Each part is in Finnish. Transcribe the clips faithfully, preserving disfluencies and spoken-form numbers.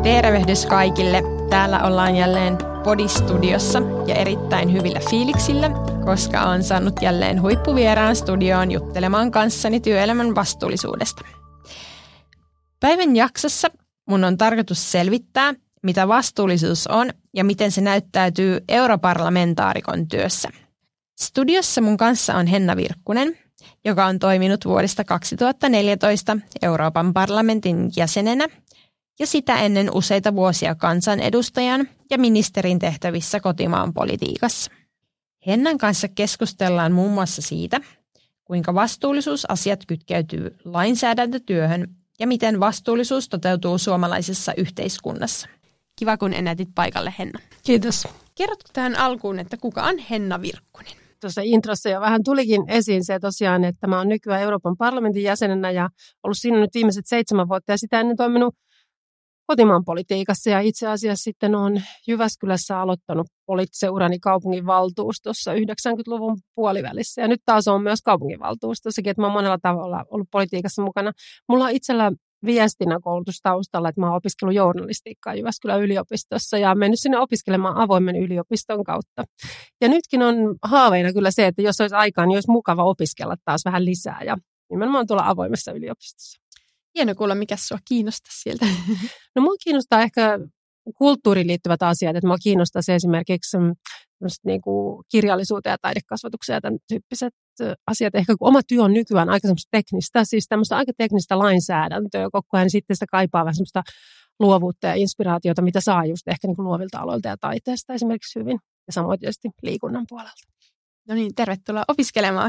Tervehdys kaikille. Täällä ollaan jälleen Podi-studiossa ja erittäin hyvillä fiiliksillä, koska olen saanut jälleen huippuvieraan studioon juttelemaan kanssani työelämän vastuullisuudesta. Päivän jaksossa mun on tarkoitus selvittää, mitä vastuullisuus on ja miten se näyttäytyy europarlamentaarikon työssä. Studiossa mun kanssa on Henna Virkkunen, joka on toiminut vuodesta kaksituhattaneljätoista Euroopan parlamentin jäsenenä ja sitä ennen useita vuosia kansanedustajan ja ministerin tehtävissä kotimaan politiikassa. Hennan kanssa keskustellaan muun muassa siitä, kuinka vastuullisuusasiat kytkeytyy lainsäädäntötyöhön ja miten vastuullisuus toteutuu suomalaisessa yhteiskunnassa. Kiva, kun ennätit paikalle, Henna. Kiitos. Kerrotko tähän alkuun, että kuka on Henna Virkkunen? Tuossa introssa jo vähän tulikin esiin se tosiaan, että mä oon nykyään Euroopan parlamentin jäsenenä ja ollut siinä nyt viimeiset seitsemän vuotta ja sitä ennen toiminut kotimaan politiikassa. Ja itse asiassa sitten olen Jyväskylässä aloittanut poliittisen urani kaupunginvaltuustossa yhdeksänkymmentäluvun puolivälissä. Ja nyt taas on myös kaupunginvaltuustossakin, että mä oon monella tavalla ollut politiikassa mukana. Mulla on itsellä viestinnän koulutustaustalla, että mä oon opiskellut journalistiikkaa Jyväskylän yliopistossa ja mennyt sinne opiskelemaan avoimen yliopiston kautta. Ja nytkin on haaveina kyllä se, että jos olisi aikaa, niin olisi mukava opiskella taas vähän lisää ja nimenomaan tuolla avoimessa yliopistossa. Hieno kuulla, mikä sua kiinnostaa sieltä. No mua kiinnostaa ehkä kulttuuriin liittyvät asiat, että mua kiinnostaa se esimerkiksi niin kuin kirjallisuuteen ja taidekasvatukseen ja tämän tyyppiset asiat. Ehkä kun oma työ on nykyään aika semmoista teknistä, siis tämmöistä aika teknistä lainsäädäntöä koko ajan, niin sitten sitä kaipaa vähän semmoista luovuutta ja inspiraatiota, mitä saa just ehkä niin kuin luovilta aloilta ja taiteesta esimerkiksi hyvin. Ja samoin tietysti liikunnan puolelta. No niin, tervetuloa opiskelemaan.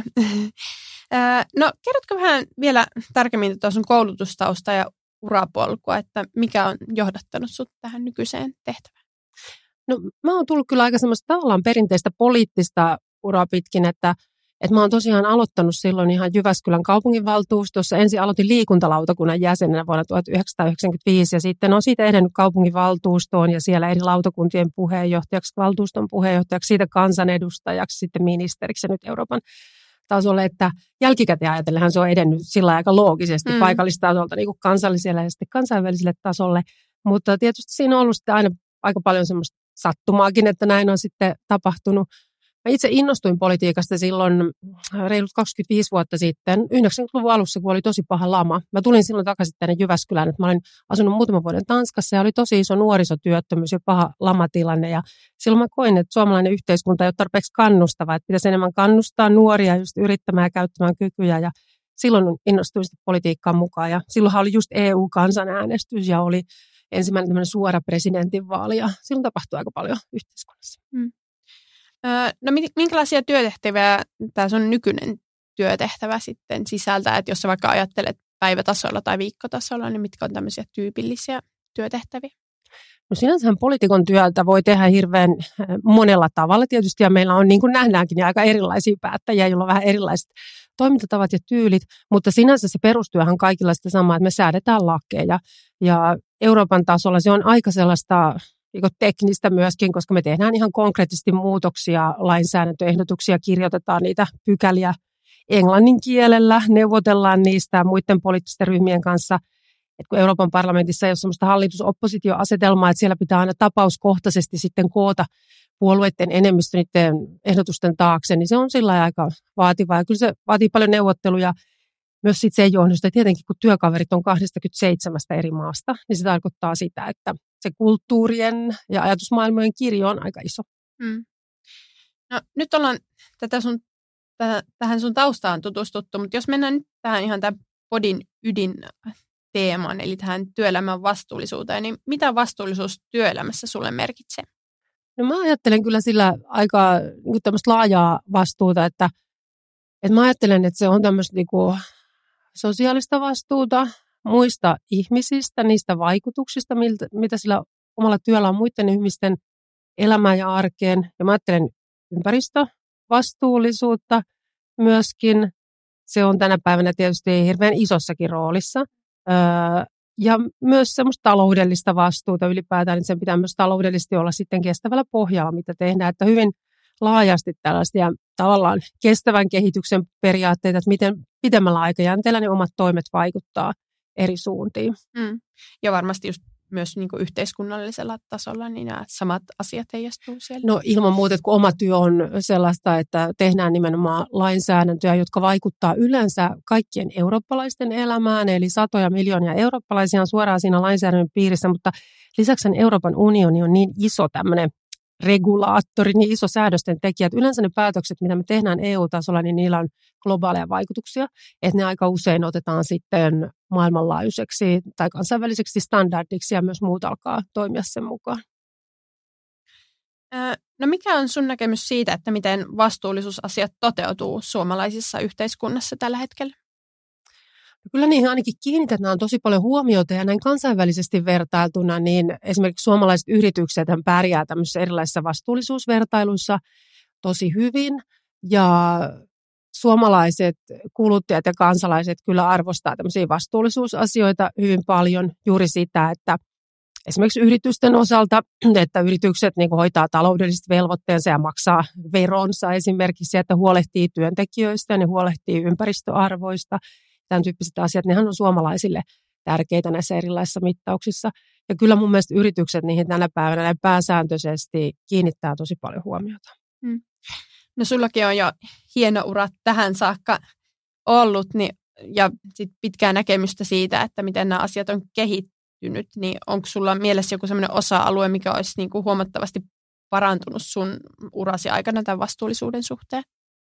No, kerrotko vähän vielä tarkemmin tuota sun koulutustausta ja urapolkua, että mikä on johdattanut sut tähän nykyiseen tehtävään? No, mä oon tullut kyllä aika semmoista tavallaan perinteistä poliittista uraa pitkin, että, että mä oon tosiaan aloittanut silloin ihan Jyväskylän kaupunginvaltuustossa. Ensin aloitin liikuntalautakunnan jäsenenä vuonna tuhatyhdeksänsataayhdeksänkymmentäviisi ja sitten on siitä edennyt kaupunginvaltuustoon ja siellä eri lautakuntien puheenjohtajaksi, valtuuston puheenjohtajaksi, siitä kansanedustajaksi, sitten ministeriksi ja nyt Euroopan tasolle, että jälkikäteen ajatellenhan se on edennyt sillä aika loogisesti mm. paikallistasolta niin kuin kansalliselle ja sitten kansainväliselle tasolle, mutta tietysti siinä on ollut sitten aina aika paljon semmoista sattumaakin, että näin on sitten tapahtunut. Mä itse innostuin politiikasta silloin reilut kaksikymmentäviisi vuotta sitten, yhdeksänkymmentäluvun alussa, kun oli tosi paha lama. Mä tulin silloin takaisin tänne Jyväskylään, että mä olin asunut muutaman vuoden Tanskassa ja oli tosi iso nuorisotyöttömyys ja paha lamatilanne. Ja silloin mä koin, että suomalainen yhteiskunta ei ole tarpeeksi kannustava, että pitäisi enemmän kannustaa nuoria just yrittämään ja käyttämään kykyjä. Ja silloin innostuin sitten politiikkaan mukaan ja silloinhan oli just E U-kansanäänestys ja oli ensimmäinen tämmöinen suora presidentinvaali ja silloin tapahtui aika paljon yhteiskunnassa. Mm. No minkälaisia työtehtäviä tämä sun nykyinen työtehtävä sitten sisältää, että jos sä vaikka ajattelet päivätasolla tai viikkotasolla, niin mitkä on tämmöisiä tyypillisiä työtehtäviä? No sinänsähän poliitikon työltä voi tehdä hirveän monella tavalla tietysti ja meillä on niin kuin nähdäänkin aika erilaisia päättäjiä, joilla on vähän erilaiset toimintatavat ja tyylit, mutta sinänsä se perustyöhän kaikilla sitä samaa, että me säädetään lakeja ja Euroopan tasolla se on aika sellaista teknistä myöskin, koska me tehdään ihan konkreettisesti muutoksia, lainsäädäntöehdotuksia, kirjoitetaan niitä pykäliä englannin kielellä, neuvotellaan niistä muiden poliittisten ryhmien kanssa. Et kun Euroopan parlamentissa ei ole sellaista hallitus-oppositioasetelmaa, että siellä pitää aina tapauskohtaisesti sitten koota puolueiden enemmistö niiden ehdotusten taakse, niin se on sillä aika vaativaa. Ja kyllä se vaatii paljon neuvotteluja myös sit sen johdosta, että tietenkin kun työkaverit on kaksikymmentäseitsemän eri maasta, niin se tarkoittaa sitä, että se kulttuurien ja ajatusmaailmojen kirjo on aika iso. Mm. No, nyt ollaan tätä sun, tähän sun taustaan tutustuttu, mutta jos mennään nyt tähän ihan tämän podin ydinteemaan, eli tähän työelämän vastuullisuuteen, niin mitä vastuullisuus työelämässä sulle merkitsee? No mä ajattelen kyllä sillä aika niin tämmöistä laajaa vastuuta, että, että mä ajattelen, että se on tämmöistä niin kuin sosiaalista vastuuta muista ihmisistä, niistä vaikutuksista, miltä, mitä sillä omalla työllä on muiden ihmisten elämään ja arkeen. Ja mä ajattelen ympäristövastuullisuutta myöskin. Se on tänä päivänä tietysti hirveän isossakin roolissa. Öö, ja myös semmoista taloudellista vastuuta ylipäätään, että sen pitää myös taloudellisesti olla sitten kestävällä pohjalla, mitä tehdään. Että hyvin laajasti tällaisia tavallaan kestävän kehityksen periaatteita, että miten pitemmällä aikajänteellä ne omat toimet vaikuttaa eri suuntiin. Mm. Ja varmasti just myös niin kuin yhteiskunnallisella tasolla, niin nämä samat asiat heijastuu siellä? No ilman muuta, että kun oma työ on sellaista, että tehdään nimenomaan lainsäädäntöjä, jotka vaikuttaa yleensä kaikkien eurooppalaisten elämään, eli satoja miljoonia eurooppalaisia on suoraan siinä lainsäädännön piirissä, mutta lisäksi Euroopan unioni on niin iso tämmöinen regulaattori, niin iso säädösten tekijä, että yleensä ne päätökset, mitä me tehdään E U-tasolla, niin niillä on globaaleja vaikutuksia, että ne aika usein otetaan sitten maailmanlaajuiseksi tai kansainväliseksi standardiksi ja myös muut alkaa toimia sen mukaan. No mikä on sun näkemys siitä, että miten vastuullisuusasiat toteutuu suomalaisissa yhteiskunnassa tällä hetkellä? Kyllä niihin ainakin kiinnitetään tosi paljon huomiota ja näin kansainvälisesti vertailtuna, niin esimerkiksi suomalaiset yritykset pärjää tämmöisissä erilaisissa vastuullisuusvertailuissa tosi hyvin ja suomalaiset kuluttajat ja kansalaiset kyllä arvostaa tämmöisiä vastuullisuusasioita hyvin paljon juuri sitä, että esimerkiksi yritysten osalta, että yritykset niin kuin hoitaa taloudelliset velvoitteensa ja maksaa veronsa esimerkiksi, että huolehtii työntekijöistä ja ne huolehtii ympäristöarvoista. Tämän tyyppiset asiat, nehän on suomalaisille tärkeitä näissä erilaisissa mittauksissa. Ja kyllä mun mielestä yritykset niihin tänä päivänä näin pääsääntöisesti kiinnittää tosi paljon huomiota. Hmm. No sullakin on jo hieno ura tähän saakka ollut niin, ja sit pitkää näkemystä siitä, että miten nämä asiat on kehittynyt. Niin onko sulla mielessä joku sellainen osa-alue, mikä olisi niin kuin huomattavasti parantunut sun urasi aikana tämän vastuullisuuden suhteen?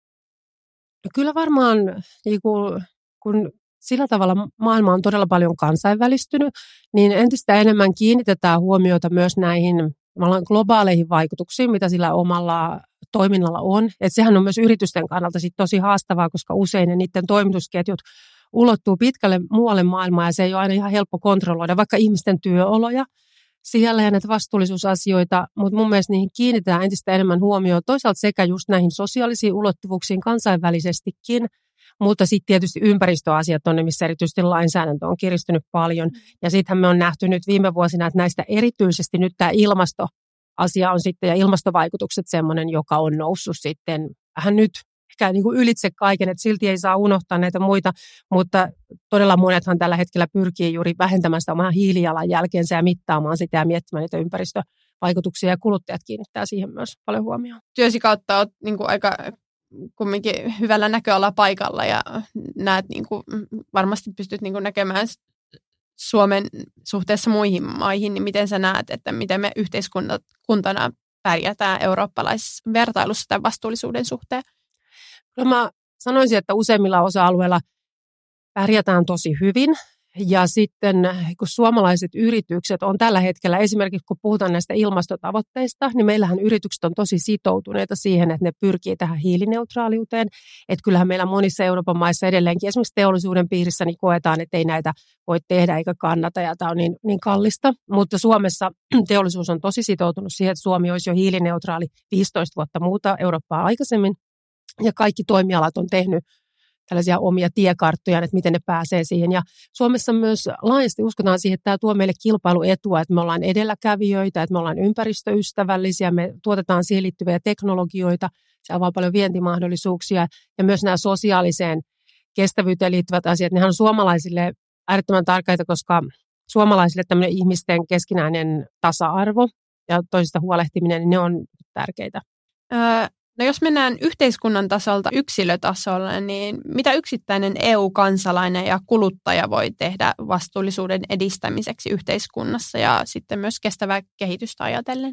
No kyllä varmaan niin kuin kun sillä tavalla maailma on todella paljon kansainvälistynyt, niin entistä enemmän kiinnitetään huomiota myös näihin globaaleihin vaikutuksiin, mitä sillä omalla toiminnalla on. Et sehän on myös yritysten kannalta sit tosi haastavaa, koska usein ne niiden toimitusketjut ulottuu pitkälle muualle maailmaan ja se ei ole aina ihan helppo kontrolloida, vaikka ihmisten työoloja siellä ja näitä vastuullisuusasioita, mutta mun mielestä niihin kiinnitetään entistä enemmän huomioon toisaalta sekä just näihin sosiaalisiin ulottuvuuksiin kansainvälisestikin, mutta sitten tietysti ympäristöasiat on ne, missä erityisesti lainsäädäntö on kiristynyt paljon. Ja sittenhän me on nähty nyt viime vuosina, että näistä erityisesti nyt tämä ilmastoasia on sitten ja ilmastovaikutukset semmoinen, joka on noussut sitten vähän nyt ehkä niin kuin ylitse kaiken, että silti ei saa unohtaa näitä muita, mutta todella monethan tällä hetkellä pyrkii juuri vähentämään sitä omaa hiilijalanjälkeensä ja mittaamaan sitä ja miettimään niitä ympäristövaikutuksia ja kuluttajat kiinnittää siihen myös paljon huomioon. Työsi kautta olet niin kuin aika kumminkin hyvällä näköala paikalla ja näet, niin kuin, varmasti pystyt niin kuin näkemään Suomen suhteessa muihin maihin, niin miten sä näet, että miten me yhteiskuntana pärjätään eurooppalaisessa vertailussa tämän vastuullisuuden suhteen? Kyllä mä sanoisin, että useimmilla osa-alueilla pärjätään tosi hyvin. Ja sitten kun suomalaiset yritykset on tällä hetkellä, esimerkiksi kun puhutaan näistä ilmastotavoitteista, niin meillähän yritykset on tosi sitoutuneita siihen, että ne pyrkii tähän hiilineutraaliuteen. Että kyllähän meillä monissa Euroopan maissa edelleenkin, esimerkiksi teollisuuden piirissä, niin koetaan, että ei näitä voi tehdä eikä kannata ja tämä on niin, niin kallista. Mutta Suomessa teollisuus on tosi sitoutunut siihen, että Suomi olisi jo hiilineutraali viisitoista vuotta muuta Eurooppaa aikaisemmin. Ja kaikki toimialat on tehnyt tällaisia omia tiekarttoja, että miten ne pääsee siihen. Ja Suomessa myös laajasti uskotaan siihen, että tämä tuo meille kilpailuetua, että me ollaan edelläkävijöitä, että me ollaan ympäristöystävällisiä, me tuotetaan siihen liittyviä teknologioita, se avaa paljon vientimahdollisuuksia ja myös nämä sosiaaliseen kestävyyteen liittyvät asiat, nehän on suomalaisille äärettömän tärkeitä, koska suomalaisille tämmöinen ihmisten keskinäinen tasa-arvo ja toisista huolehtiminen, niin ne on tärkeitä. Öö. No jos mennään yhteiskunnan tasolta yksilötasolle, niin mitä yksittäinen E U-kansalainen ja kuluttaja voi tehdä vastuullisuuden edistämiseksi yhteiskunnassa ja sitten myös kestävää kehitystä ajatellen?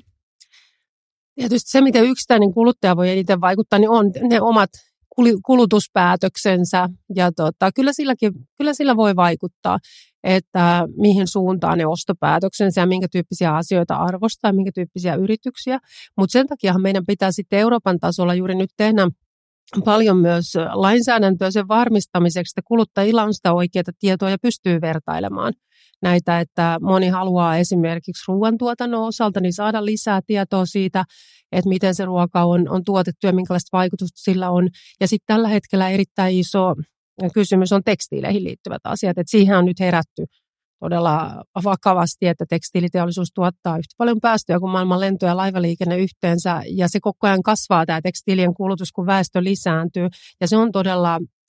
Tietysti se, miten yksittäinen kuluttaja voi eniten vaikuttaa, niin on ne omat kulutuspäätöksensä ja tota, kyllä, silläkin, kyllä sillä voi vaikuttaa, että mihin suuntaan ne ostopäätöksensä ja minkä tyyppisiä asioita arvostaa, minkä tyyppisiä yrityksiä. Mutta sen takiahan meidän pitää sitten Euroopan tasolla juuri nyt tehdä paljon myös lainsäädäntöä sen varmistamiseksi, että kuluttajilla on sitä oikeaa tietoa ja pystyy vertailemaan näitä, että moni haluaa esimerkiksi ruoantuotannon osalta niin saada lisää tietoa siitä, että miten se ruoka on, on tuotettu ja minkälaista vaikutusta sillä on. Ja sitten tällä hetkellä erittäin iso kysymys on tekstiileihin liittyvät asiat, että siihen on nyt herätty todella vakavasti, että tekstiiliteollisuus tuottaa yhtä paljon päästöjä kuin maailman lento- ja laivaliikenne yhteensä, ja se koko ajan kasvaa tämä tekstiilien kulutus, kun väestö lisääntyy, ja se on todella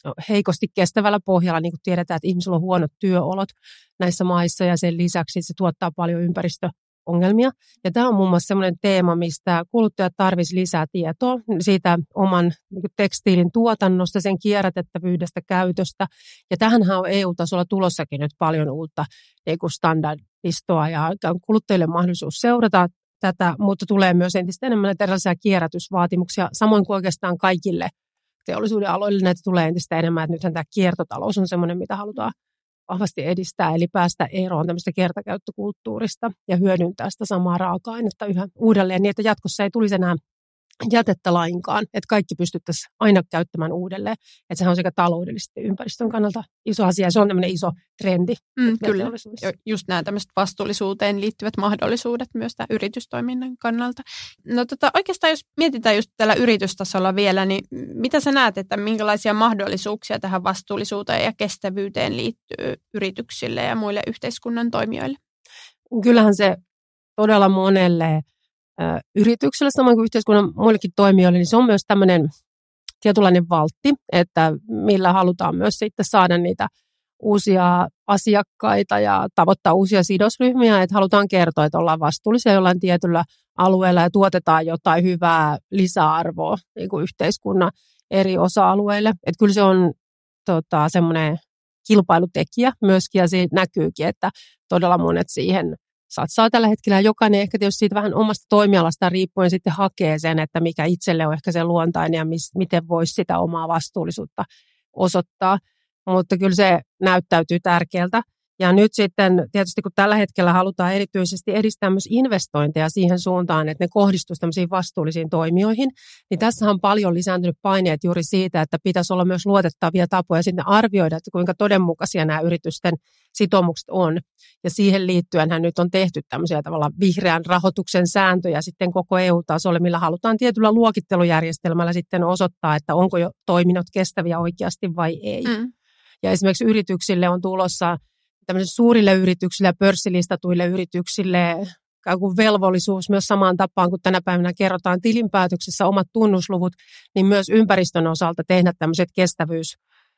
heikosti kestävällä pohjalla, niin kuin tiedetään, että ihmisillä on huonot työolot näissä maissa ja sen lisäksi se tuottaa paljon ympäristöongelmia. Ja tämä on muun muassa sellainen teema, mistä kuluttajat tarvitsisivat lisää tietoa siitä oman niin kuin tekstiilin tuotannosta, sen kierrätettävyydestä, käytöstä. Ja tähänhän on E U-tasolla tulossakin nyt paljon uutta niin kuin standardistoa ja kuluttajille mahdollisuus seurata tätä, mutta tulee myös entistä enemmän näitä erilaisia kierrätysvaatimuksia, samoin kuin oikeastaan kaikille teollisuuden aloille näitä tulee entistä enemmän, että nythän tämä kiertotalous on semmoinen, mitä halutaan vahvasti edistää, eli päästä eroon tämmöistä kertakäyttökulttuurista ja hyödyntää sitä samaa raaka-ainetta yhä uudelleen, niin että jatkossa ei tulisi enää jätettä lainkaan, että kaikki pystyttäisiin aina käyttämään uudelleen, että sehän on sekä taloudellisesti ympäristön kannalta iso asia, ja se on tämmöinen iso trendi. Mm, kyllä, just nämä tämmöiset vastuullisuuteen liittyvät mahdollisuudet myös tämän yritystoiminnan kannalta. No tota, oikeastaan jos mietitään just tällä yritystasolla vielä, niin mitä sä näet, että minkälaisia mahdollisuuksia tähän vastuullisuuteen ja kestävyyteen liittyy yrityksille ja muille yhteiskunnan toimijoille? Kyllähän se todella monelle yritykselle, samoin kuin yhteiskunnan muillekin toimijoille, niin se on myös tämmöinen tietynlainen valtti, että millä halutaan myös sitten saada niitä uusia asiakkaita ja tavoittaa uusia sidosryhmiä, että halutaan kertoa, että ollaan vastuullisia jollain tietyllä alueella ja tuotetaan jotain hyvää lisäarvoa niin kuin yhteiskunnan eri osa-alueille. Että kyllä se on tota, semmoinen kilpailutekijä myöskin ja se näkyykin, että todella monet siihen satsaa tällä hetkellä. Jokainen ehkä tietysti siitä vähän omasta toimialasta riippuen sitten hakee sen, että mikä itselle on ehkä se luontainen ja mis, miten voisi sitä omaa vastuullisuutta osoittaa. Mutta kyllä se näyttäytyy tärkeältä. Ja nyt sitten tietysti kun tällä hetkellä halutaan erityisesti edistää myös investointeja siihen suuntaan, että ne kohdistuisi tämmöisiin vastuullisiin toimijoihin, niin tässä on paljon lisääntynyt paineet juuri siitä, että pitäisi olla myös luotettavia tapoja sitten arvioida, että kuinka todenmukaisia nämä yritysten sitoumukset on. Ja siihen liittyenhän nyt on tehty tämmöisiä tavallaan vihreän rahoituksen sääntöjä sitten koko E U-tasolle, millä halutaan tietyllä luokittelujärjestelmällä sitten osoittaa, että onko jo toiminnot kestäviä oikeasti vai ei. Mm. Ja esimerkiksi yrityksille on tulossa tämmöisille suurille yrityksille ja pörssilistatuille yrityksille velvollisuus myös samaan tapaan, kun tänä päivänä kerrotaan tilinpäätöksessä omat tunnusluvut, niin myös ympäristön osalta tehdä tämmöiset kestävyys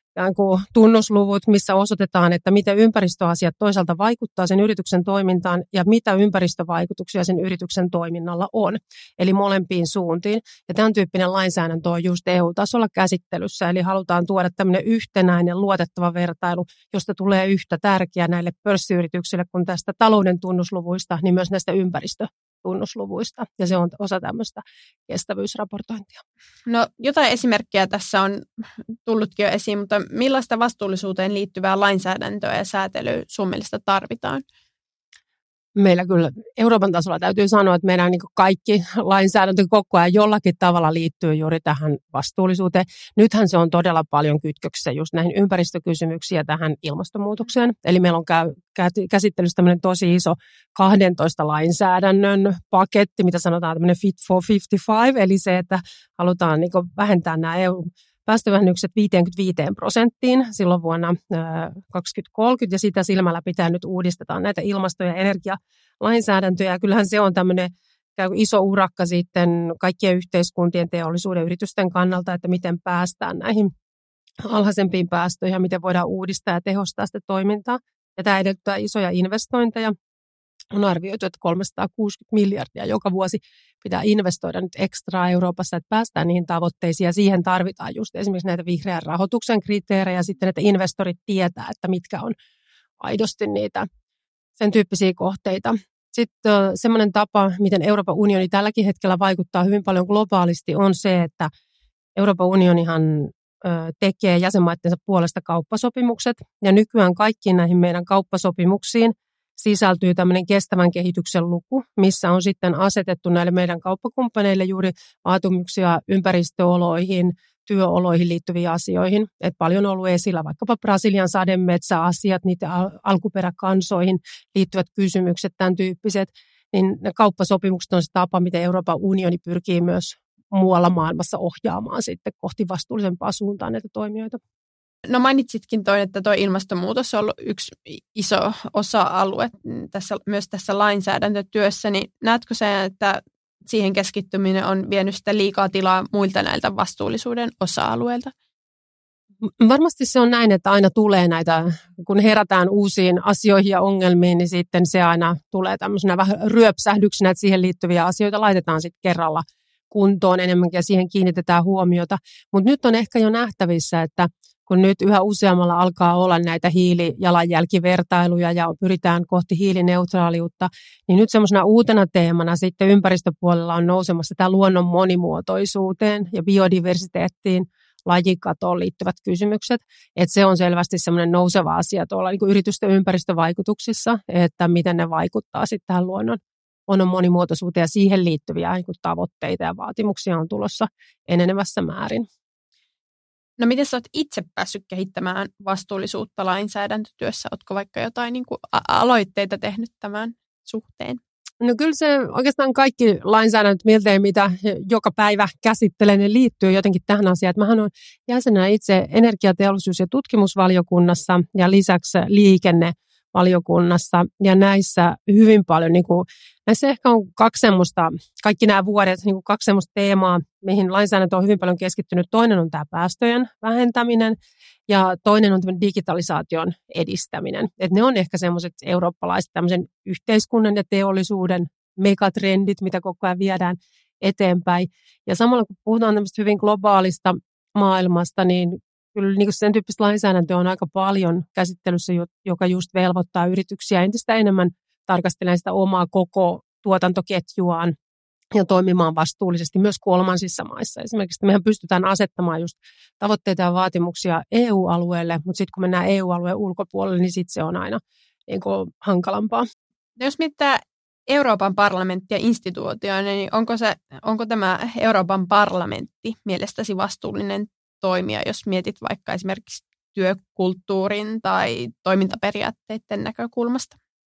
tunnusluvut, missä osoitetaan, että miten ympäristöasiat toisaalta vaikuttaa sen yrityksen toimintaan ja mitä ympäristövaikutuksia sen yrityksen toiminnalla on. Eli molempiin suuntiin. Ja tämän tyyppinen lainsäädäntö on just E U-tasolla käsittelyssä. Eli halutaan tuoda tämmöinen yhtenäinen, luotettava vertailu, josta tulee yhtä tärkeä näille pörssiyrityksille kuin tästä talouden tunnusluvuista, niin myös näistä ympäristötunnusluvista. Ja se on osa tämmöistä kestävyysraportointia. No jotain esimerkkejä tässä on tullutkin jo esiin, mutta millaista vastuullisuuteen liittyvää lainsäädäntöä ja säätelyä sun mielestä tarvitaan? Meillä kyllä Euroopan tasolla täytyy sanoa, että meidän niin kuin kaikki lainsäädäntö koko ajan jollakin tavalla liittyy juuri tähän vastuullisuuteen. Nythän se on todella paljon kytköksissä just näihin ympäristökysymyksiin ja tähän ilmastonmuutokseen. Eli meillä on käy, käsittelyssä tämmöinen tosi iso kahdentoista lainsäädännön paketti, mitä sanotaan tämmöinen Fit for viisikymmentäviisi, eli se, että halutaan niin kuin vähentää nämä E U päästövähennykset viisikymmentäviisi prosenttiin silloin vuonna kaksituhattakolmekymmentä ja sitä silmällä pitää nyt uudistetaan näitä ilmasto- ja energialainsäädäntöjä. Ja kyllähän se on tämmöinen iso urakka sitten kaikkien yhteiskuntien, teollisuuden, yritysten kannalta, että miten päästään näihin alhaisempiin päästöihin ja miten voidaan uudistaa ja tehostaa sitä toimintaa. Ja tämä edellyttää isoja investointeja. On arvioitu, että kolmesataakuusikymmentä miljardia joka vuosi pitää investoida nyt ekstraa Euroopassa, että päästään niihin tavoitteisiin. Ja siihen tarvitaan just esimerkiksi näitä vihreän rahoituksen kriteerejä, sitten että investorit tietää, että mitkä on aidosti niitä sen tyyppisiä kohteita. Sitten semmoinen tapa, miten Euroopan unioni tälläkin hetkellä vaikuttaa hyvin paljon globaalisti, on se, että Euroopan unionihan tekee jäsenmaittensa puolesta kauppasopimukset. Ja nykyään kaikkiin näihin meidän kauppasopimuksiin sisältyy tämmöinen kestävän kehityksen luku, missä on sitten asetettu näille meidän kauppakumppaneille juuri vaatimuksia ympäristöoloihin, työoloihin liittyviin asioihin. Et paljon on ollut esillä vaikkapa Brasilian sademetsäasiat, niiden alkuperäkansoihin liittyvät kysymykset, tämän tyyppiset. Niin ne kauppasopimukset on se tapa, miten Euroopan unioni pyrkii myös muualla maailmassa ohjaamaan sitten kohti vastuullisempaa suuntaan näitä toimijoita. No mainitsitkin toi, että tuo ilmastonmuutos on ollut yksi iso osa-alue tässä, myös tässä lainsäädäntötyössä, niin näetkö se, että siihen keskittyminen on vienyt sitä liikaa tilaa muilta näiltä vastuullisuuden osa-alueilta? Varmasti se on näin, että aina tulee näitä, kun herätään uusiin asioihin ja ongelmiin, niin sitten se aina tulee tämmöisenä vähän ryöpsähdyksenä, että siihen liittyviä asioita laitetaan sitten kerralla kuntoon enemmänkin ja siihen kiinnitetään huomiota. Mutta nyt on ehkä jo nähtävissä, että kun nyt yhä useammalla alkaa olla näitä hiilijalanjälkivertailuja ja pyritään kohti hiilineutraaliutta, niin nyt semmoisena uutena teemana sitten ympäristöpuolella on nousemassa tämä luonnon monimuotoisuuteen ja biodiversiteettiin, lajikatoon liittyvät kysymykset, että se on selvästi semmoinen nouseva asia tuolla niin kuin yritysten ympäristövaikutuksissa, että miten ne vaikuttaa sitten tähän luonnon, luonnon monimuotoisuuteen ja siihen liittyviä niin kuin tavoitteita ja vaatimuksia on tulossa enenevässä määrin. No miten sä oot itse päässyt kehittämään vastuullisuutta lainsäädäntötyössä? Ootko vaikka jotain niin kuin aloitteita tehnyt tämän suhteen? No kyllä se oikeastaan kaikki lainsäädännöt, miltei mitä joka päivä käsittelen, ne liittyy jotenkin tähän asiaan. Että mähän olen jäsenenä itse energiateollisuus- ja tutkimusvaliokunnassa ja lisäksi liikennevaliokunnassa. Ja näissä hyvin paljon, niin kuin, näissä ehkä on kaksi semmoista, kaikki nämä vuodet, niin kuin kaksi semmoista teemaa, mihin lainsäädäntö on hyvin paljon keskittynyt. Toinen on tämä päästöjen vähentäminen ja toinen on tämän digitalisaation edistäminen. Et ne on ehkä semmoiset eurooppalaiset tämmöisen yhteiskunnan ja teollisuuden megatrendit, mitä koko ajan viedään eteenpäin. Ja samalla kun puhutaan tämmöistä hyvin globaalista maailmasta, niin kyllä niin sen tyyppistä lainsäädäntöä on aika paljon käsittelyssä, joka just velvoittaa yrityksiä entistä enemmän tarkastelemaan sitä omaa koko tuotantoketjuaan ja toimimaan vastuullisesti myös kolmansissa maissa. Esimerkiksi mehän pystytään asettamaan just tavoitteita ja vaatimuksia E U-alueelle, mutta sitten kun mennään E U-alueen ulkopuolelle, niin sitten se on aina niin kuin hankalampaa. No jos mietitään Euroopan parlamenttia instituutioina, niin onko, se, onko tämä Euroopan parlamentti mielestäsi vastuullinen toimija, jos mietit vaikka esimerkiksi työkulttuurin tai toimintaperiaatteiden näkökulmasta?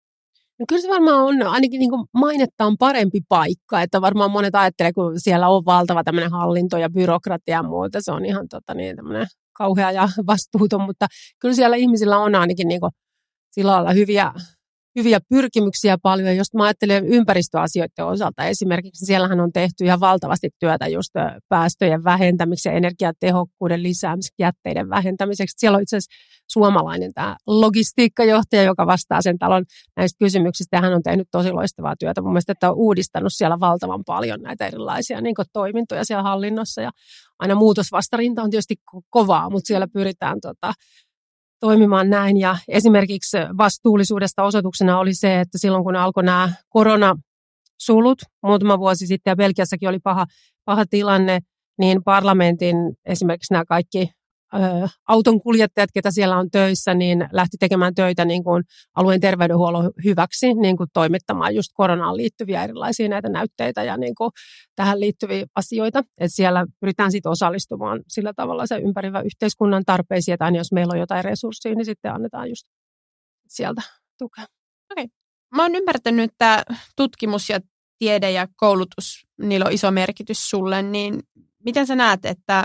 No kyllä se varmaan on, ainakin niin kuin mainetta on parempi paikka, että varmaan monet ajattelee, kun siellä on valtava tämmöinen hallinto ja byrokratia ja muuta, se on ihan tota, niin, tämmöinen kauhea ja vastuuton, mutta kyllä siellä ihmisillä on ainakin niin kuin sillä lailla hyviä, hyviä pyrkimyksiä paljon. Jos mä ajattelen ympäristöasioiden osalta esimerkiksi, siellähän on tehty ihan valtavasti työtä just päästöjen vähentämiseksi ja energiatehokkuuden lisäämiseksi, jätteiden vähentämiseksi. Siellä on itse asiassa suomalainen tämä logistiikkajohtaja, joka vastaa sen talon näistä kysymyksistä, ja hän on tehnyt tosi loistavaa työtä. Mun mielestä, että on uudistanut siellä valtavan paljon näitä erilaisia niin kuin toimintoja siellä hallinnossa, ja aina muutosvastarinta on tietysti kovaa, mutta siellä pyritään tota, toimimaan näin. Ja esimerkiksi vastuullisuudesta osoituksena oli se, että silloin kun alkoi nämä koronasulut muutama vuosi sitten, ja Belgiassakin oli paha, paha tilanne, niin parlamentin esimerkiksi nämä kaikki ö, autonkuljettajat, ketä siellä on töissä, niin lähti tekemään töitä niin kuin alueen terveydenhuollon hyväksi, niin kuin toimittamaan just koronaan liittyviä erilaisia näitä näytteitä ja niin kuin tähän liittyviä asioita. Että siellä pyritään sitten osallistumaan sillä tavalla se ympäröivä yhteiskunnan tarpeisiin, että aina jos meillä on jotain resursseja, niin sitten annetaan just sieltä tukea. Okei. Mä oon ymmärtänyt, että tutkimus ja tiede ja koulutus, niillä on iso merkitys sulle, niin miten sä näet, että,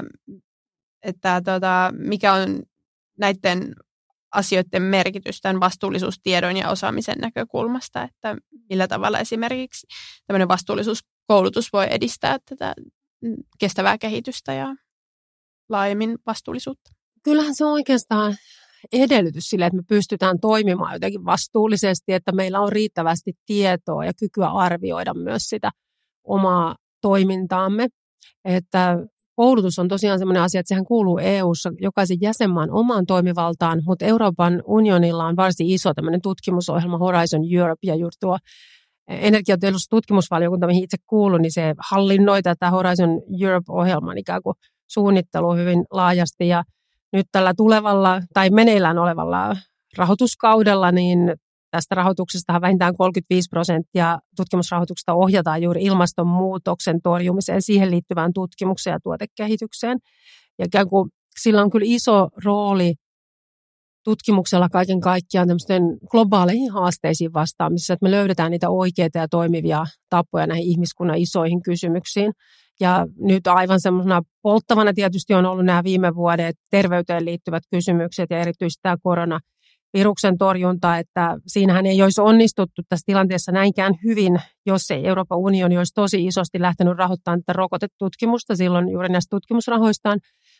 että tota, mikä on näiden asioiden merkitys tämän vastuullisuustiedon ja osaamisen näkökulmasta, että millä tavalla esimerkiksi tämmöinen vastuullisuuskoulutus voi edistää tätä kestävää kehitystä ja laajemmin vastuullisuutta? Kyllähän se on oikeastaan edellytys sille, että me pystytään toimimaan jotenkin vastuullisesti, että meillä on riittävästi tietoa ja kykyä arvioida myös sitä omaa toimintaamme. Että koulutus on tosiaan sellainen asia, että sehän kuuluu E U:ssa jokaisen jäsenmaan omaan toimivaltaan, mutta Euroopan unionilla on varsin iso tämmöinen tutkimusohjelma Horizon Europe, ja juuri tuo energiateollisuus- tutkimusvaliokunta, mihin itse kuulun, niin se hallinnoi tätä Horizon Europe-ohjelman ikään kuin suunnittelua hyvin laajasti, ja nyt tällä tulevalla tai meneillään olevalla rahoituskaudella, niin tästä rahoituksesta vähintään kolmekymmentäviisi prosenttia tutkimusrahoituksesta ohjataan juuri ilmastonmuutoksen torjumiseen, siihen liittyvään tutkimukseen ja tuotekehitykseen. Ja ikään kuin sillä on kyllä iso rooli tutkimuksella kaiken kaikkiaan tämmöisten globaaleihin haasteisiin vastaamisessa, että me löydetään niitä oikeita ja toimivia tapoja näihin ihmiskunnan isoihin kysymyksiin. Ja nyt aivan semmoisena polttavana tietysti on ollut nämä viime vuodet terveyteen liittyvät kysymykset ja erityisesti tämä koronaviruksen torjunta, että siinähän ei olisi onnistuttu tässä tilanteessa näinkään hyvin, jos ei Euroopan unioni olisi tosi isosti lähtenyt rahoittamaan tätä rokotetutkimusta silloin juuri näistä tutkimusrahoistaan,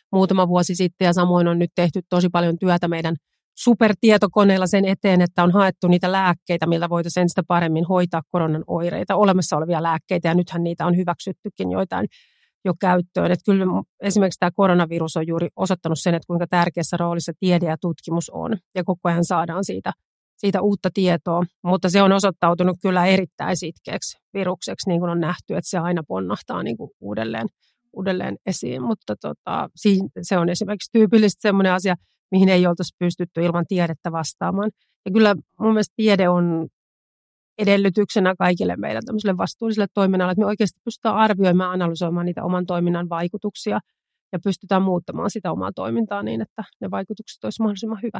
muutama vuosi sitten ja samoin on nyt tehty tosi paljon työtä meidän supertietokoneella sen eteen, että on haettu niitä lääkkeitä, millä voitaisiin entistä paremmin hoitaa koronan oireita, olemassa olevia lääkkeitä ja nythän niitä on hyväksyttykin joitain jo käyttöön. Että kyllä esimerkiksi tämä koronavirus on juuri osoittanut sen, että kuinka tärkeässä roolissa tiede ja tutkimus on ja koko ajan saadaan siitä, siitä uutta tietoa, mutta se on osoittautunut kyllä erittäin sitkeäksi virukseksi, niin kuin on nähty, että se aina ponnahtaa niin kuin uudelleen, uudelleen esiin, mutta tota, se on esimerkiksi tyypillisesti sellainen asia, mihin ei oltaisi pystytty ilman tiedettä vastaamaan. Ja kyllä mun mielestä tiede on edellytyksenä kaikille meidän tämmöiselle vastuulliselle toiminnalle, että me oikeasti pystytään arvioimaan ja analysoimaan niitä oman toiminnan vaikutuksia ja pystytään muuttamaan sitä omaa toimintaa niin, että ne vaikutukset olisivat mahdollisimman hyvät.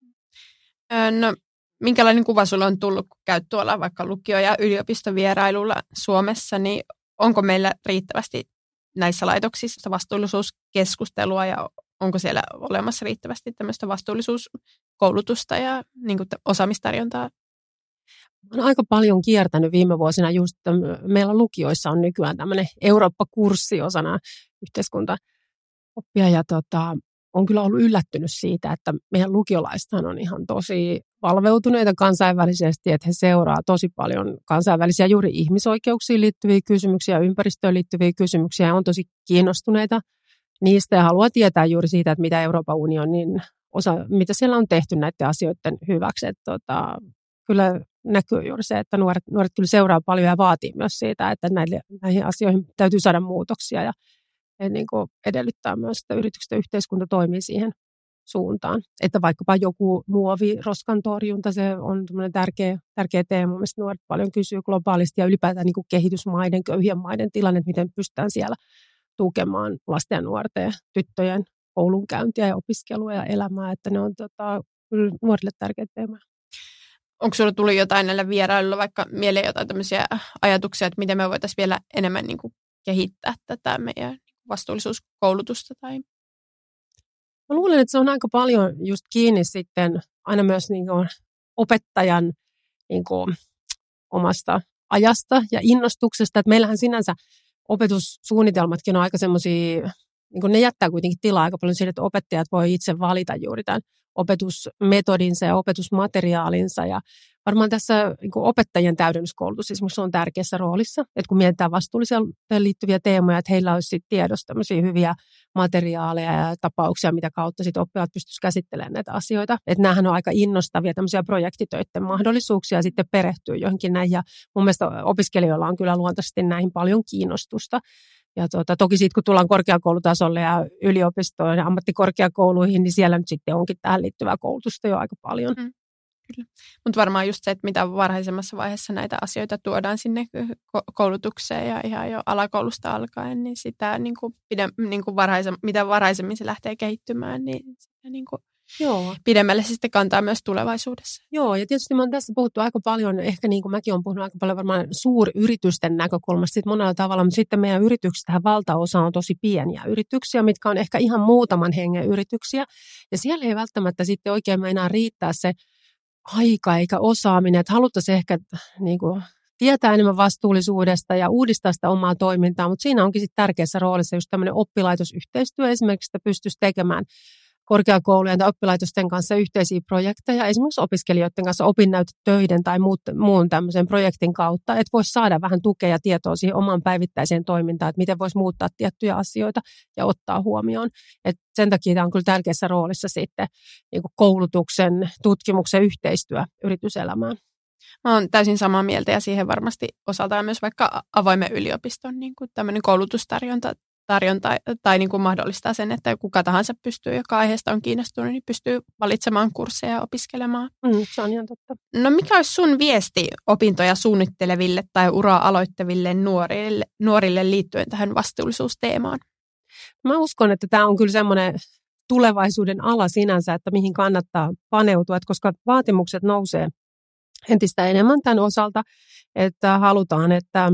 No, minkälainen kuva sinulla on tullut, kun käyt tuolla vaikka lukio- ja yliopistovierailulla Suomessa, niin onko meillä riittävästi näissä laitoksissa vastuullisuuskeskustelua ja onko siellä olemassa riittävästi tämmöistä vastuullisuuskoulutusta ja niin kuin osaamistarjontaa? Olen aika paljon kiertänyt viime vuosina just, että meillä lukioissa on nykyään tämmöinen Eurooppa-kurssi osana yhteiskuntaoppia ja tota, on kyllä ollut yllättynyt siitä, että meidän lukiolaistahan on ihan tosi valveutuneita kansainvälisesti, että he seuraa tosi paljon kansainvälisiä juuri ihmisoikeuksiin liittyviä kysymyksiä, ympäristöön liittyviä kysymyksiä ja on tosi kiinnostuneita niistä ja haluaa tietää juuri siitä, että mitä Euroopan unionin osa, mitä siellä on tehty näiden asioiden hyväksi. Että tota, kyllä näkyy juuri se, että nuoret, nuoret kyllä seuraa paljon ja vaatii myös siitä, että näille, näihin asioihin täytyy saada muutoksia ja, ja niin kuin edellyttää myös, että yritykset ja yhteiskunta toimii siihen suuntaan. Että vaikkapa joku muovi, roskan torjunta, se on tärkeä, tärkeä teema. Mielestäni nuoret paljon kysyy globaalisti ja ylipäätään niin kuin kehitysmaiden, köyhien maiden tilanne, että miten pystytään siellä tukemaan lasten ja nuorten ja tyttöjen koulunkäyntiä ja opiskelua ja elämää, että ne on tota, kyllä nuorille tärkeä teema. Onko sinulla tullut jotain näillä vierailuilla vaikka mieleen jotain tämmöisiä ajatuksia, että miten me voitaisiin vielä enemmän niin kuin kehittää tätä meidän vastuullisuuskoulutusta? Tai? Mä luulen, että se on aika paljon just kiinni sitten aina myös niin kuin opettajan niin kuin omasta ajasta ja innostuksesta, että meillähän sinänsä opetussuunnitelmatkin on aika semmoisia, niin kuin ne jättää kuitenkin tilaa aika paljon siihen, että opettajat voi itse valita juuri tämän opetusmetodinsa ja opetusmateriaalinsa. Ja varmaan tässä niin kuin opettajien täydennyskoulutus esimerkiksi on tärkeässä roolissa, että kun mietitään vastuullisuuteen liittyviä teemoja, että heillä olisi sitten tiedossa tämmöisiä hyviä materiaaleja ja tapauksia, mitä kautta sitten oppilaat pystyisivät käsittelemään näitä asioita. Että näähän on aika innostavia tämmöisiä projektitöiden mahdollisuuksia sitten perehtyä johonkin näihin. Ja mun mielestä opiskelijoilla on kyllä luontaisesti näihin paljon kiinnostusta. Ja tuota, toki sitten kun tullaan korkeakoulutasolle ja yliopistoon ja ammattikorkeakouluihin, niin siellä nyt sitten onkin tähän liittyvää koulutusta jo aika paljon. Mm, kyllä. Mutta varmaan just se, että mitä varhaisemmassa vaiheessa näitä asioita tuodaan sinne koulutukseen ja ihan jo alakoulusta alkaen, niin sitä niin kuin pidem, niin kuin varhaisem, mitä varhaisemmin se lähtee kehittymään, niin sitä niin kuin Joo. pidemmälle se sitten kantaa myös tulevaisuudessa. Joo, ja tietysti me on tässä puhuttu aika paljon, ehkä niin kuin mäkin olen puhunut aika paljon varmaan suuryritysten näkökulmasta sitten monella tavalla, mutta sitten meidän yrityksistähän valtaosa on tosi pieniä yrityksiä, mitkä on ehkä ihan muutaman hengen yrityksiä, ja siellä ei välttämättä sitten oikein meinaa riittää se aika eikä osaaminen, että haluttaisiin ehkä niin kuin tietää enemmän vastuullisuudesta ja uudistaa sitä omaa toimintaa, mutta siinä onkin sitten tärkeässä roolissa just tämmöinen oppilaitosyhteistyö esimerkiksi, että pystyisi tekemään korkeakoulujen tai oppilaitosten kanssa yhteisiä projekteja, esimerkiksi opiskelijoiden kanssa opinnäytetöiden tai muun tämmöisen projektin kautta, että voisi saada vähän tukea ja tietoa siihen omaan päivittäiseen toimintaan, että miten voisi muuttaa tiettyjä asioita ja ottaa huomioon. Et sen takia tämä on kyllä tärkeässä roolissa sitten niin kuin koulutuksen, tutkimuksen yhteistyö yrityselämään. Mä oon täysin samaa mieltä ja siihen varmasti osaltaan myös vaikka avoimen yliopiston niin kuin tämmöinen koulutustarjonta tarjonta tai niin kuin mahdollistaa sen, että kuka tahansa pystyy, joka aiheesta on kiinnostunut, niin pystyy valitsemaan kursseja ja opiskelemaan. Mm, se on ihan totta. No mikä olisi sun viesti opintoja suunnitteleville tai uraa aloittaville nuorille, nuorille liittyen tähän vastuullisuusteemaan? Mä uskon, että tämä on kyllä semmoinen tulevaisuuden ala sinänsä, että mihin kannattaa paneutua, että koska vaatimukset nousee entistä enemmän tämän osalta, että halutaan, että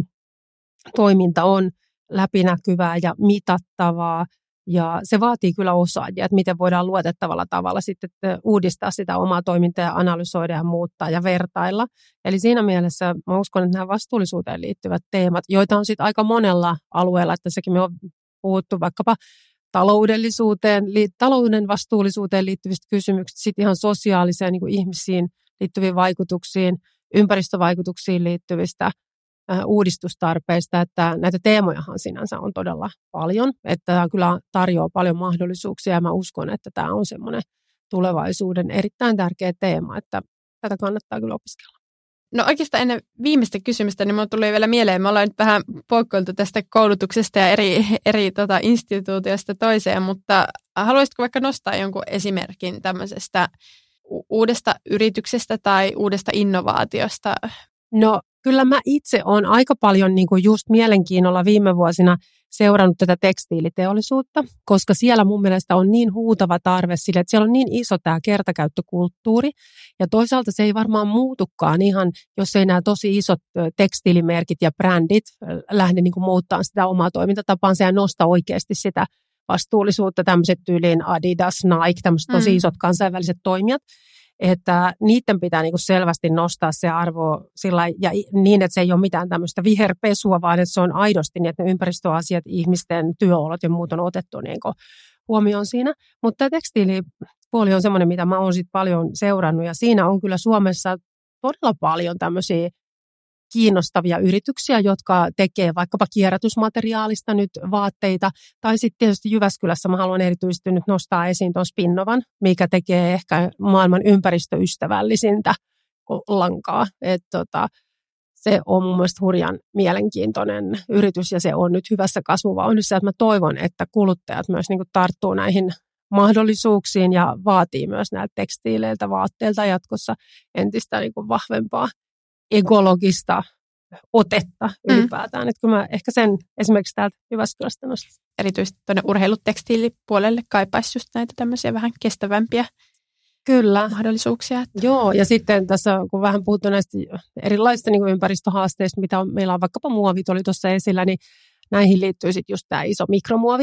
toiminta on läpinäkyvää ja mitattavaa, ja se vaatii kyllä osaajia, että miten voidaan luotettavalla tavalla sitten uudistaa sitä omaa toimintaa ja analysoida ja muuttaa ja vertailla. Eli siinä mielessä mä uskon, että nämä vastuullisuuteen liittyvät teemat, joita on sitten aika monella alueella, että sekin me on puhuttu vaikkapa taloudellisuuteen, talouden vastuullisuuteen liittyvistä kysymyksistä, sitten ihan sosiaaliseen niin kuin ihmisiin liittyviin vaikutuksiin, ympäristövaikutuksiin liittyvistä äh, uudistustarpeista, että näitä teemojahan sinänsä on todella paljon, että tämä kyllä tarjoaa paljon mahdollisuuksia ja mä uskon, että tämä on semmoinen tulevaisuuden erittäin tärkeä teema, että tätä kannattaa kyllä opiskella. No oikeastaan ennen viimeistä kysymystä, niin minulle tuli vielä mieleen, me ollaan nyt vähän poikkoiltu tästä koulutuksesta ja eri, eri tota, instituutiosta toiseen, mutta haluaisitko vaikka nostaa jonkun esimerkin tämmöisestä uudesta yrityksestä tai uudesta innovaatiosta? No kyllä mä itse olen aika paljon niin kuin just mielenkiinnolla viime vuosina seurannut tätä tekstiiliteollisuutta, koska siellä mun mielestä on niin huutava tarve sille, että siellä on niin iso tämä kertakäyttökulttuuri. Ja toisaalta se ei varmaan muutukaan ihan, jos ei nämä tosi isot tekstiilimerkit ja brändit lähde niin kuin muuttamaan sitä omaa toimintatapaansa ja nosta oikeasti sitä vastuullisuutta, tämmöiset tyyliin Adidas, Nike, tämmöiset tosi isot kansainväliset toimijat. Että niiden pitää niinku selvästi nostaa se arvo sillä, ja niin, että se ei ole mitään tämmöistä viherpesua, vaan että se on aidosti niin, että ne ympäristöasiat, ihmisten työolot ja muut on otettu niinku huomioon siinä. Mutta tämä tekstiilipuoli on semmoinen, mitä mä oon sit paljon seurannut, ja siinä on kyllä Suomessa todella paljon tämmöisiä kiinnostavia yrityksiä, jotka tekee vaikkapa kierrätysmateriaalista nyt vaatteita. Tai sitten tietysti Jyväskylässä mä haluan erityisesti nyt nostaa esiin tuon Spinnovan, mikä tekee ehkä maailman ympäristöystävällisintä lankaa. Et tota, se on mun mielestä hurjan mielenkiintoinen yritys ja se on nyt hyvässä kasvuvauhdissa. Et mä toivon, että kuluttajat myös niinku tarttuu näihin mahdollisuuksiin ja vaatii myös näiltä tekstiileiltä, vaatteilta jatkossa entistä niinku vahvempaa ekologista otetta ylipäätään. Mm. Että kun mä ehkä sen esimerkiksi täältä Jyväskylästä nostan. Erityisesti tuonne urheilutekstiilipuolelle kaipaisi just näitä tämmöisiä vähän kestävämpiä Kyllä. mahdollisuuksia. Joo, ja sitten tässä kun vähän puhuttu näistä erilaisista niin kuin ympäristöhaasteista, mitä on, meillä on vaikkapa muovit oli tuossa esillä, niin näihin liittyy sitten just tämä iso mikromuovi.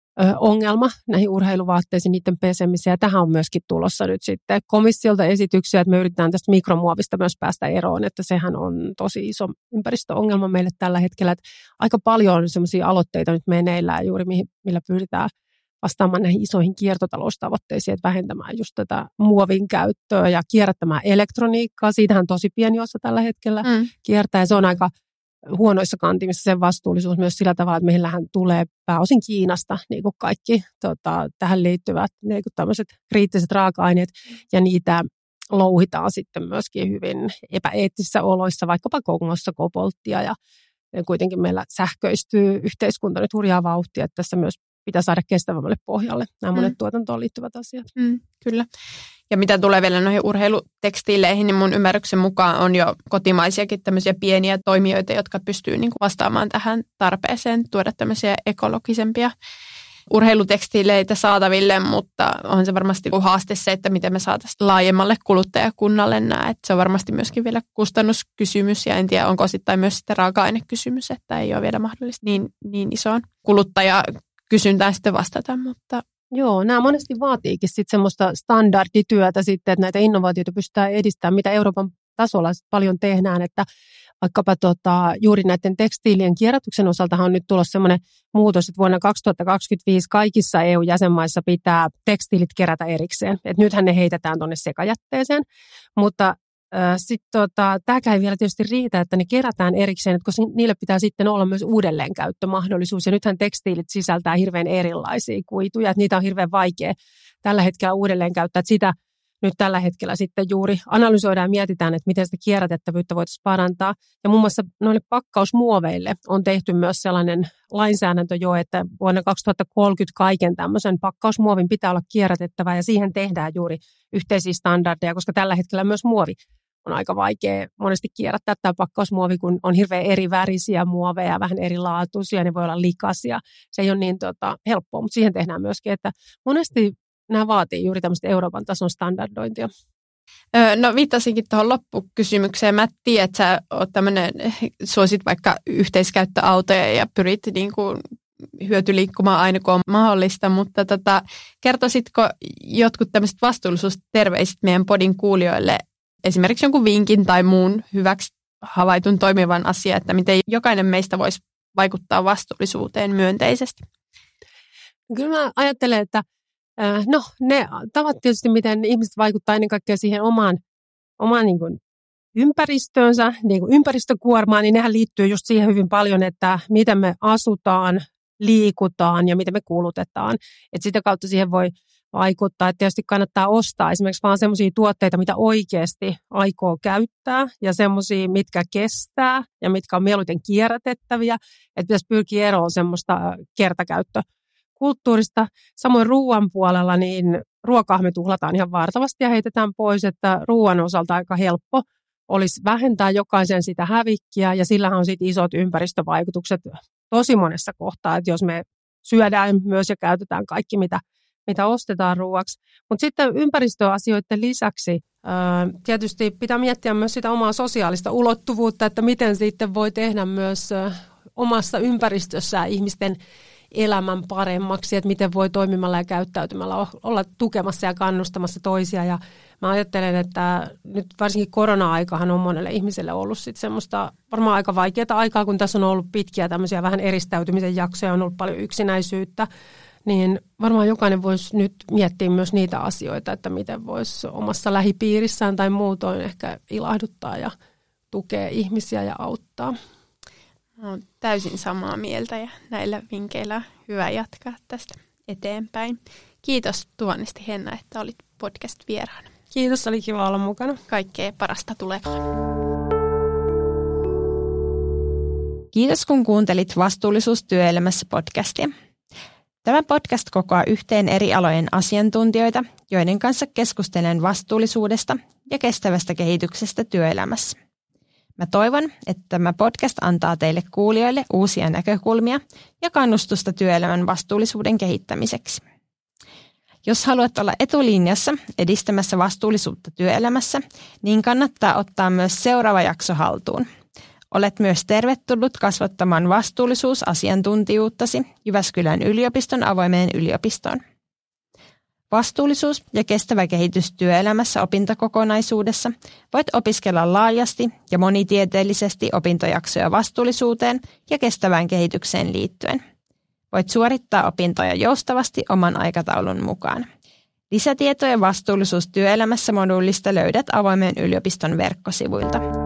ongelma näihin urheiluvaatteisiin, niiden pesemiseen. Ja tähän on myöskin tulossa nyt sitten komissiolta esityksiä, että me yritetään tästä mikromuovista myös päästä eroon, että sehän on tosi iso ympäristöongelma meille tällä hetkellä. Että aika paljon on sellaisia aloitteita nyt meneillään juuri, millä pyritään vastaamaan näihin isoihin kiertotaloustavoitteisiin, että vähentämään just tätä muovin käyttöä ja kierrättämään elektroniikkaa. Siitähän tosi pieni osa tällä hetkellä mm. kiertää ja se on aika huonoissa kantimissa sen vastuullisuus myös sillä tavalla, että meillähän tulee pääosin Kiinasta niin kuin kaikki tota, tähän liittyvät niin kuin tämmöiset kriittiset raaka-aineet ja niitä louhitaan sitten myöskin hyvin epäeettisissä oloissa, vaikkapa Kongossa kobolttia ja kuitenkin meillä sähköistyy yhteiskunta nyt hurjaa vauhtia, että tässä myös pitää saada kestävämmälle pohjalle nämä monet mm. tuotantoon liittyvät asiat. Mm, kyllä. Ja mitä tulee vielä noihin urheilutekstiileihin, niin mun ymmärryksen mukaan on jo kotimaisiakin tämmöisiä pieniä toimijoita, jotka pystyy niin kuin vastaamaan tähän tarpeeseen, tuoda tämmöisiä ekologisempia urheilutekstiileitä saataville, mutta on se varmasti haaste se, että miten me saataisiin laajemmalle kuluttajakunnalle nämä. Että se on varmasti myöskin vielä kustannuskysymys ja en tiedä, onko osittain myös sitten raaka-ainekysymys, että ei ole vielä mahdollista niin, niin isoon kuluttajakysyntään sitten vastata, mutta joo, nämä monesti vaatiikin sitten semmoista standardityötä sitten, että näitä innovaatioita pystytään edistämään, mitä Euroopan tasolla paljon tehdään, että vaikkapa tota, juuri näiden tekstiilien kierrätyksen osaltahan on nyt tulossa semmoinen muutos, että vuonna kaksituhattakaksikymmentäviisi kaikissa E U-jäsenmaissa pitää tekstiilit kerätä erikseen. Et nythän ne heitetään tuonne sekajätteeseen, mutta äh, sitten tota, tämäkään ei vielä tietysti riitä, että ne kerätään erikseen, että koska niille pitää sitten olla myös uudelleenkäyttömahdollisuus. Ja nythän tekstiilit sisältää hirveän erilaisia kuituja, että niitä on hirveän vaikea tällä hetkellä uudelleen käyttää. Että sitä nyt tällä hetkellä sitten juuri analysoidaan ja mietitään, että miten sitä kierrätettävyyttä voitaisiin parantaa. Ja muun muassa noille pakkausmuoveille on tehty myös sellainen lainsäädäntö jo, että vuonna kaksituhattakolmekymmentä kaiken tämmöisen pakkausmuovin pitää olla kierrätettävää ja siihen tehdään juuri yhteisiä standardeja, koska tällä hetkellä myös muovi on aika vaikea monesti kierrättää tämä pakkausmuovi, kun on hirveän eri värisiä muoveja, vähän erilaatuisia, ne voi olla likaisia. Se ei ole niin tota, helppoa, mutta siihen tehdään myöskin, että monesti nämä vaatii juuri tämmöistä Euroopan tason standardointia. No viittasinkin tuohon loppukysymykseen. Mä tiedän, että sä oot tämmöinen, suosit vaikka yhteiskäyttöautoja ja pyrit niin kuin hyötyliikkumaan aina kun on mahdollista, mutta tota, kertoisitko jotkut tämmöiset vastuullisuusterveiset meidän podin kuulijoille, esimerkiksi jonkun vinkin tai muun hyväksi havaitun toimivan asian, että miten jokainen meistä voisi vaikuttaa vastuullisuuteen myönteisesti? Kyllä mä ajattelen, että no ne tavat tietysti, miten ihmiset vaikuttaa ennen kaikkea siihen omaan, omaan niin kuin ympäristöönsä, niin kuin ympäristökuormaan, niin nehän liittyy just siihen hyvin paljon, että miten me asutaan, liikutaan ja miten me kulutetaan. Että sitä kautta siihen voi vaikuttaa, että tietysti kannattaa ostaa esimerkiksi vaan semmoisia tuotteita, mitä oikeasti aikoo käyttää ja semmoisia, mitkä kestää ja mitkä on mieluiten kierrätettäviä. Että pitäisi pyrkiä eroon semmoista kertakäyttökulttuurista. Samoin ruoan puolella, niin ruokaa me tuhlataan ihan vartavasti ja heitetään pois, että ruoan osalta aika helppo olisi vähentää jokaisen sitä hävikkiä ja sillähän on sitten isot ympäristövaikutukset tosi monessa kohtaa, että jos me syödään myös ja käytetään kaikki, mitä, mitä ostetaan ruoaksi. Mutta sitten ympäristöasioiden lisäksi ää, tietysti pitää miettiä myös sitä omaa sosiaalista ulottuvuutta, että miten sitten voi tehdä myös ä, omassa ympäristössään ihmisten elämän paremmaksi, että miten voi toimimalla ja käyttäytymällä olla tukemassa ja kannustamassa toisia. Ja mä ajattelen, että nyt varsinkin korona-aikahan on monelle ihmiselle ollut sitten semmoista varmaan aika vaikeaa aikaa, kun tässä on ollut pitkiä tämmöisiä vähän eristäytymisen jaksoja, on ollut paljon yksinäisyyttä, niin varmaan jokainen voisi nyt miettiä myös niitä asioita, että miten voisi omassa lähipiirissään tai muutoin ehkä ilahduttaa ja tukea ihmisiä ja auttaa. Olen täysin samaa mieltä ja näillä vinkkeillä on hyvä jatkaa tästä eteenpäin. Kiitos Tuonisti Henna, että olit podcast-vieraana. Kiitos, oli kiva olla mukana. Kaikkea parasta tulevaan. Kiitos kun kuuntelit Vastuullisuus työelämässä podcastia. Tämä podcast kokoaa yhteen eri alojen asiantuntijoita, joiden kanssa keskustelen vastuullisuudesta ja kestävästä kehityksestä työelämässä. Mä toivon, että tämä podcast antaa teille kuulijoille uusia näkökulmia ja kannustusta työelämän vastuullisuuden kehittämiseksi. Jos haluat olla etulinjassa edistämässä vastuullisuutta työelämässä, niin kannattaa ottaa myös seuraava jakso haltuun. Olet myös tervetullut kasvattamaan vastuullisuusasiantuntijuuttasi Jyväskylän yliopiston avoimeen yliopistoon. Vastuullisuus ja kestävä kehitys työelämässä opintokokonaisuudessa voit opiskella laajasti ja monitieteellisesti opintojaksoja vastuullisuuteen ja kestävään kehitykseen liittyen. Voit suorittaa opintoja joustavasti oman aikataulun mukaan. Lisätietoja vastuullisuus työelämässä -moduulista löydät avoimen yliopiston verkkosivuilta.